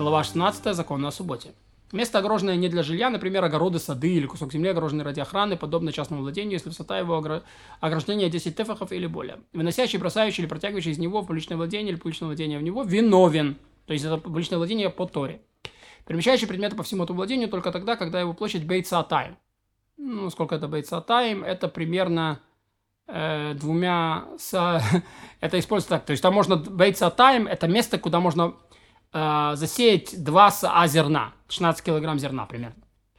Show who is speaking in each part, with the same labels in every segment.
Speaker 1: Глава 16. Закон о субботе. Место, огороженное не для жилья, например, огороды, сады или кусок земли, огороженный ради охраны, подобно частному владению, если высота его ограждения 10 тефахов или более. Выносящий, бросающий или протягивающий из него в публичное владение или публичное владение в него виновен. То есть это публичное владение по Торе. Перемещающий предметы по всему этому владению только тогда, когда его площадь бейцатайм. Ну, сколько это бейцатайм? Это примерно это используется так. То есть там можно бейцатайм, это место, куда можно засеять 2 са зерна, 16 килограмм зерна примерно.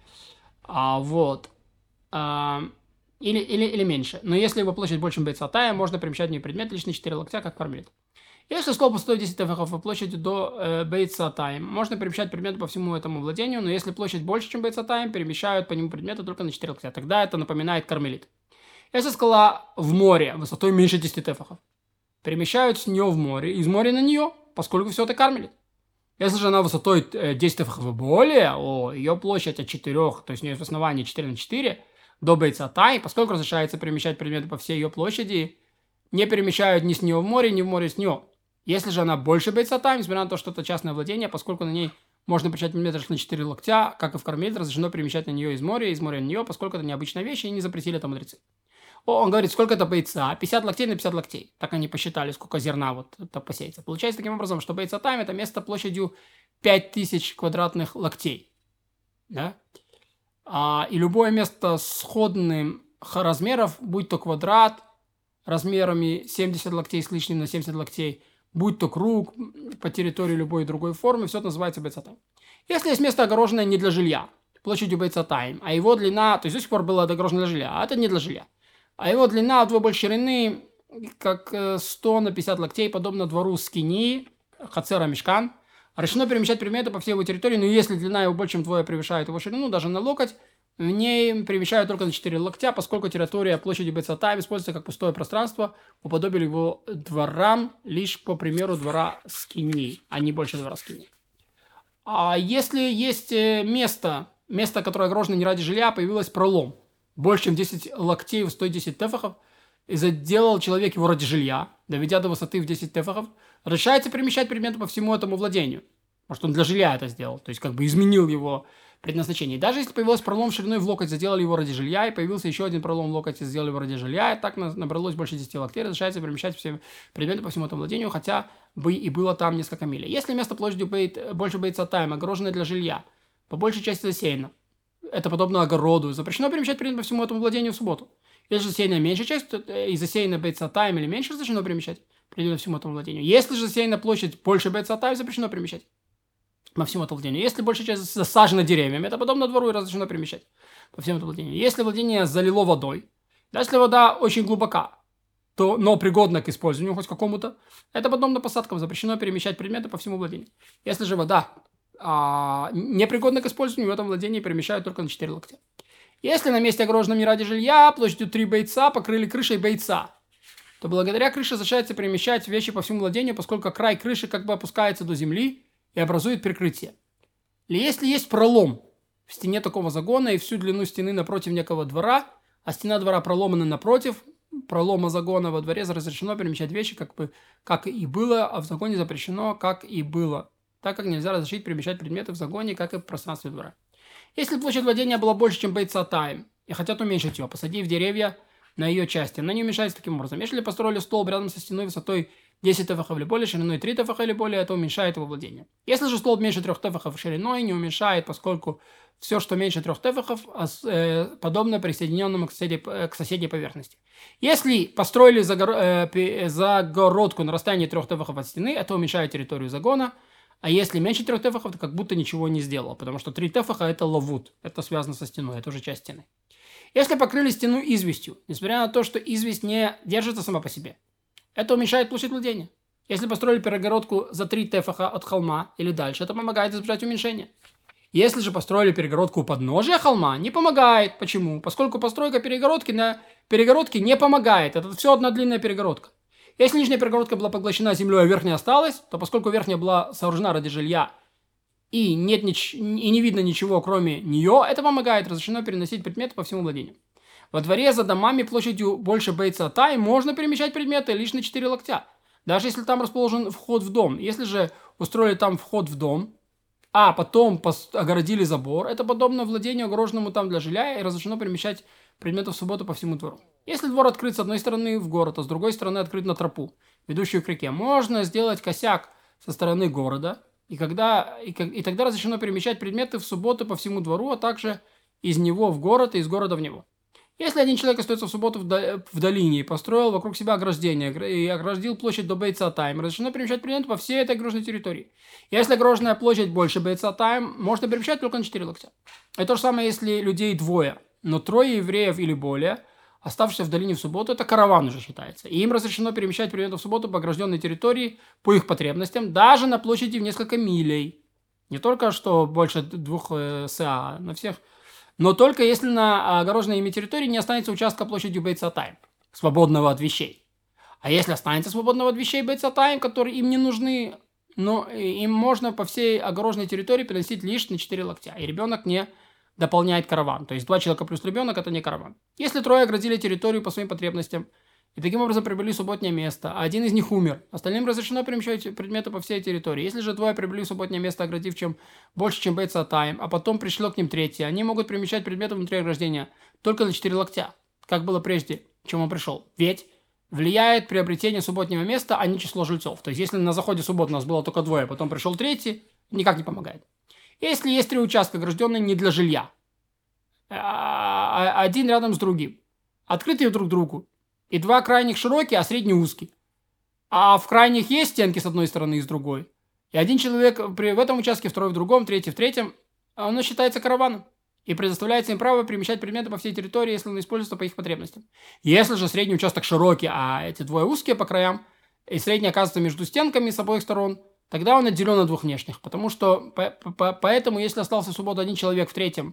Speaker 1: Или меньше. Но если его площадь больше бейцатая, можно перемещать в ней предмет лишь на 4 локтя, как кармелит. Если столб стоит 10 тефахов и площадь до бейцатаем, можно перемещать предметы по всему этому владению, но если площадь больше, чем бейцатаем, перемещают по нему предметы только на 4 локтя. Тогда это напоминает кармелит. Если скала в море высотой меньше 10 тефахов, перемещают с нее в море, из моря на нее, поскольку все это кармелит. Если же она высотой 10 тефахов и более, ее площадь от 4, то есть у нее в основании 4 на 4, до бейцатай, поскольку разрешается перемещать предметы по всей ее площади, не перемещают ни с нее в море, ни в море с нее. Если же она больше бейцатай, несмотря на то, что это частное владение, поскольку на ней можно перемещать предметы на 4 локтя, как и в кармелит, разрешено перемещать на нее из моря на нее, поскольку это необычная вещь и не запретили это мудрецы. Он говорит, сколько это бейца? 50 локтей на 50 локтей. Так они посчитали, сколько зерна вот это посеется. Получается таким образом, что бейца тайм это место площадью 5000 квадратных локтей. Да? И любое место сходным размеров, будь то квадрат размерами 70 локтей с лишним на 70 локтей, будь то круг по территории любой другой формы, все это называется бейца тайм. Если есть место, огороженное не для жилья, площадью бейца тайм, а его длина, то есть до сих пор было огорожено для жилья, а это не для жилья. А его длина вдвое больше ширины, как 100 на 50 локтей, подобно двору скини, хацера мишкан. Разрешено перемещать предметы по всей его территории, но если длина его больше, чем вдвое превышает его ширину, даже на локоть, в ней перемещают только на 4 локтя, поскольку территория площади бейцатайм используется как пустое пространство, уподобили его дворам, лишь по примеру двора скини, а не больше двора скини. А если есть место, которое огорожено не ради жилья, появилось пролом, больше, чем 10 локтей высотой 10 тефахов, и заделал человек его ради жилья, доведя до высоты в 10 тефахов, разрешается перемещать предметы по всему этому владению. Может, он для жилья это сделал, то есть как бы изменил его предназначение. И даже если появился пролом шириной в локоть, заделали его ради жилья, и появился еще один пролом в локоть, и сделали его ради жилья, и так набралось больше 10 локтей, разрешается перемещать все предметы по всему этому владению, хотя бы и было там несколько миль. Если место площадью больше бейцатайм, огороженное для жилья, по большей части засеяно, это подобно огороду. Запрещено перемещать предметы по всему этому владению в субботу. Если же засеяна меньшая часть, и засеяна бейцатайм или меньше, разрешено перемещать предметы по всему этому владению. Если же засеяна площадь больше бейцатайм, запрещено перемещать по всему этому владению. Если большая часть засажена деревьями, это подобно двору и разрешено перемещать по всему этому владению. Если владение залило водой, даже если вода очень глубока, но пригодна к использованию хоть какому-то, это подобно посадкам, запрещено перемещать предметы по всему владению. Если же вода непригодно к использованию, в этом владении перемещают только на 4 локтя. Если на месте огороженном не ради жилья, площадью 3 бейца покрыли крышей бейца, то благодаря крыше разрешается перемещать вещи по всему владению, поскольку край крыши как бы опускается до земли и образует прикрытие. Или если есть пролом в стене такого загона и всю длину стены напротив некого двора, а стена двора проломана напротив пролома загона во дворе, разрешено перемещать вещи как и было, а в загоне запрещено как и было, так как нельзя разрешить перемещать предметы в загоне, как и в пространстве двора. Если площадь владения была больше, чем бейцатайм, и хотят уменьшить ее, посадив деревья на ее части, она не уменьшается таким образом. Если построили столб рядом со стеной высотой 10 тефахов или более, шириной 3 тефаха или более, это уменьшает его владение. Если же столб меньше 3 тефахов шириной, не уменьшает, поскольку все, что меньше 3 тефахов, подобно присоединенному к соседней поверхности. Если построили загородку на расстоянии 3 тефахов от стены, это уменьшает территорию загона. А если меньше 3 тефахов, то как будто ничего не сделал, потому что 3 тефаха это лавут, это связано со стеной, это уже часть стены. Если покрыли стену известью, несмотря на то, что известь не держится сама по себе, это уменьшает площадь владения. Если построили перегородку за 3 тефаха от холма или дальше, это помогает избежать уменьшения. Если же построили перегородку у подножия холма, не помогает. Почему? Поскольку постройка перегородки на перегородке не помогает. Это все одна длинная перегородка. Если нижняя перегородка была поглощена землей, а верхняя осталась, то поскольку верхняя была сооружена ради жилья и не видно ничего, кроме нее, это помогает, разрешено переносить предметы по всему владению. Во дворе за домами площадью больше бейцатайм можно перемещать предметы лишь на 4 локтя, даже если там расположен вход в дом. Если же устроили там вход в дом, а потом огородили забор, это подобно владению, огороженному там для жилья, и разрешено перемещать предметы в субботу по всему двору. Если двор открыт с одной стороны в город, а с другой стороны открыт на тропу, ведущую к реке, можно сделать косяк со стороны города, и тогда разрешено перемещать предметы в субботу по всему двору, а также из него в город и из города в него. Если один человек остается в субботу в долине и построил вокруг себя ограждение и ограждил площадь до Бейт-Сатаим, разрешено перемещать предметы по всей этой огороженной территории. Если огороженная площадь больше Бейт-Сатаим, можно перемещать только на 4 локтя. Это то же самое, если людей двое, но трое евреев или более, оставшиеся в долине в субботу, это караван уже считается. И им разрешено перемещать предметы в субботу по огражденной территории по их потребностям, даже на площади в несколько милей. Не только что больше 2 СА, на всех. Но только если на огороженной ими территории не останется участка площадью Бейт-Сатаим, свободного от вещей. А если останется свободного от вещей Бейт-Сатаим, которые им не нужны, но им можно по всей огороженной территории переносить лишь на 4 локтя. И ребенок не дополняет караван. То есть 2 человека плюс ребенок – это не караван. Если трое оградили территорию по своим потребностям, и таким образом приобрели субботнее место, а один из них умер, остальным разрешено перемещать предметы по всей территории. Если же двое приобрели субботнее место, оградив больше, чем Бейт-Сатаим, а потом пришло к ним третье, они могут перемещать предметы внутри ограждения только на 4 локтя, как было прежде, чем он пришел. Ведь влияет приобретение субботнего места, а не число жильцов. То есть, если на заходе субботы у нас было только 2, а потом пришел третий, никак не помогает. Если есть 3 участка, огражденные не для жилья, один рядом с другим, открытые друг другу, и 2 крайних широкие, а средний узкий. А в крайних есть стенки с одной стороны и с другой. И один человек в этом участке, второй в другом, третий в третьем, оно считается караваном. И предоставляется им право перемещать предметы по всей территории, если он используется по их потребностям. Если же средний участок широкий, а эти 2 узкие по краям, и средний оказывается между стенками с обоих сторон, тогда он отделен от 2 внешних. Потому что, поэтому, если остался в свободу один человек в третьем,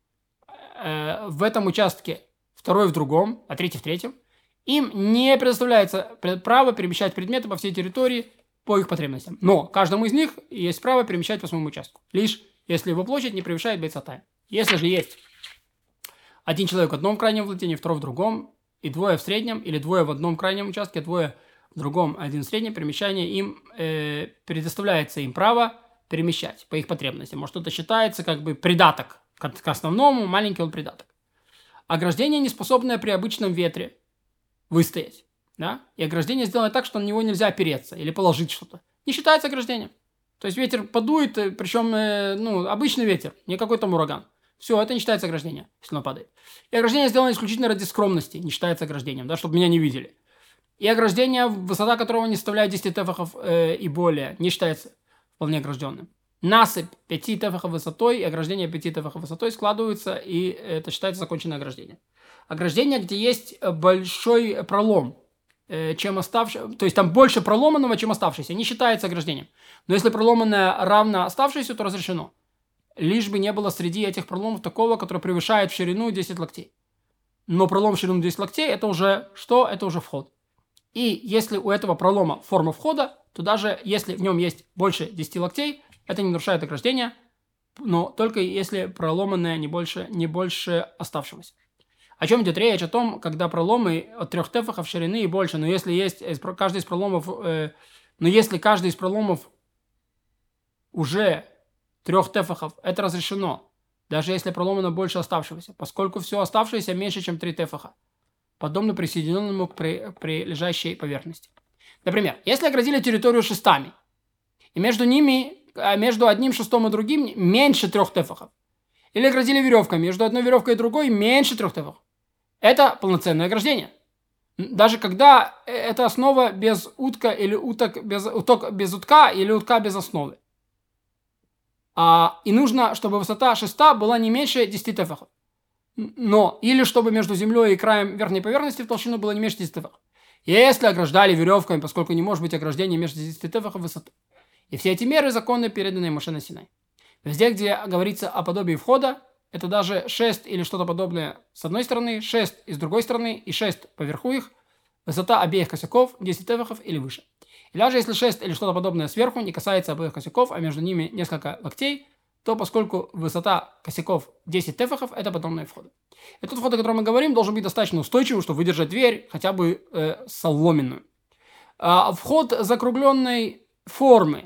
Speaker 1: в этом участке, второй в другом, а третий в третьем, им не предоставляется право перемещать предметы по всей территории по их потребностям. Но каждому из них есть право перемещать по своему участку. Лишь если его площадь не превышает Бейт-Сатаим. Если же есть один человек в одном крайнем владении, второй в другом, и 2 в среднем, или 2 в одном крайнем участке, 2 в другом, один в среднем, перемещание им предоставляется им право перемещать по их потребностям. Может, это считается как бы придаток к основному, маленький он придаток. Ограждение, не способное при обычном ветре выстоять, да? И ограждение сделано так, что на него нельзя опереться или положить что-то. Не считается ограждением. То есть ветер подует, причем обычный ветер, не какой там ураган. Все, это не считается ограждением, если оно падает. И ограждение сделано исключительно ради скромности, не считается ограждением, да, чтобы меня не видели. И ограждение, высота которого не составляет 10 тефахов и более, не считается вполне огражденным. Насыпь 5 тефахов высотой и ограждение 5 тефахов высотой складываются, и это считается законченное ограждение. Ограждение, где есть большой пролом, чем оставшийся, то есть там больше проломанного, чем оставшийся, не считается ограждением. Но если проломанное равно оставшееся, то разрешено. Лишь бы не было среди этих проломов такого, который превышает в ширину 10 локтей. Но пролом в ширину 10 локтей – это уже что? Это уже вход. И если у этого пролома форма входа, то даже если в нем есть больше 10 локтей, это не нарушает ограждение, но только если проломанное не больше оставшегося. О чем идет речь? О том, когда проломы от 3 тефахов ширины и больше, но если каждый из проломов уже 3 тефахов, это разрешено, даже если проломано больше оставшегося, поскольку все оставшееся меньше, чем 3 тефаха, подобно присоединенному к прилежащей поверхности. Например, если оградили территорию шестами, и между одним шестом и другим меньше 3 тефахов, или оградили веревками, между одной веревкой и другой меньше 3 тефахов, это полноценное ограждение. Даже когда это основа без утка или уток без утка или утка без основы. И нужно, чтобы высота шеста была не меньше 10 тефахов. Или чтобы между землей и краем верхней поверхности в толщину было не меньше 10 тефахов. Если ограждали веревками, поскольку не может быть ограждения между 10 тефахов высоты. И все эти меры законы, переданные Моше на Синай. Везде, где говорится о подобии входа, это даже 6 или что-то подобное с одной стороны, 6 и с другой стороны, и 6 поверху их, высота обеих косяков 10 тефахов или выше. И даже если 6 или что-то подобное сверху не касается обоих косяков, а между ними несколько локтей, то поскольку высота косяков 10 тефахов, это подобные входы. И тот вход, о котором мы говорим, должен быть достаточно устойчивым, чтобы выдержать дверь, хотя бы соломенную. Вход закругленной формы,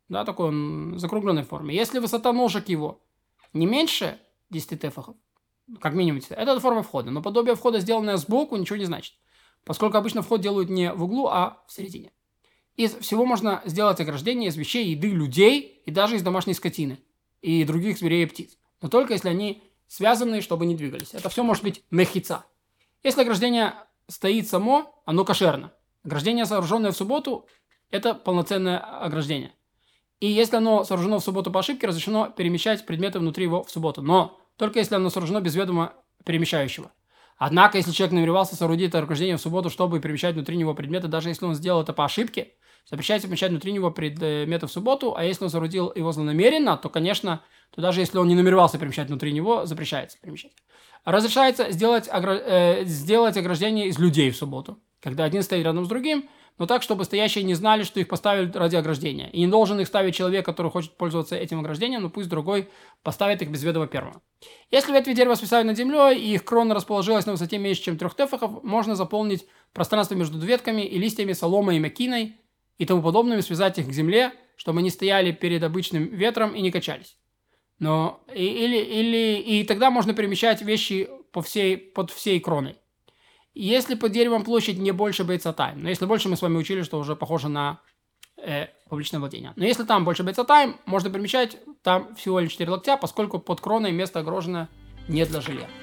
Speaker 1: да, такой он закругленной формы. Если высота ножек его не меньше 10 тефахов, как минимум, это форма входа. Но подобие входа, сделанное сбоку, ничего не значит. Поскольку обычно вход делают не в углу, а в середине. Из всего можно сделать ограждение из вещей, еды, людей и даже из домашней скотины и других зверей и птиц. Но только если они связаны, чтобы не двигались. Это все может быть мехица. Если ограждение стоит само, оно кошерно. Ограждение, сооруженное в субботу, это полноценное ограждение. И если оно сооружено в субботу по ошибке, разрешено перемещать предметы внутри его в субботу. Но только если оно сооружено без ведома перемещающего. Однако, если человек намеревался соорудить это ограждение в субботу, чтобы перемещать внутри него предметы, даже если он сделал это по ошибке, запрещается перемещать внутри него предметы в субботу, а если он соорудил его злонамеренно, то, конечно, то даже если он не намеревался перемещать внутри него, запрещается перемещать. Разрешается сделать ограждение из людей в субботу, когда один стоит рядом с другим, но так, чтобы стоящие не знали, что их поставили ради ограждения. И не должен их ставить человек, который хочет пользоваться этим ограждением, но пусть другой поставит их без ведома первого. Если ветви дерева свисают над землей, и их крона расположилась на высоте меньше, чем 3 тефахов, можно заполнить пространство между ветками и листьями соломой и мякиной и тому подобными, связать их к земле, чтобы они стояли перед обычным ветром и не качались. И тогда можно перемещать вещи под всей кроной. Если под деревом площадь не больше бейцатайм, но если больше, мы с вами учили, что уже похоже на публичное владение. Но если там больше бейцатайм, можно перемещать там всего лишь 4 локтя, поскольку под кроной место огорожено не для жилья.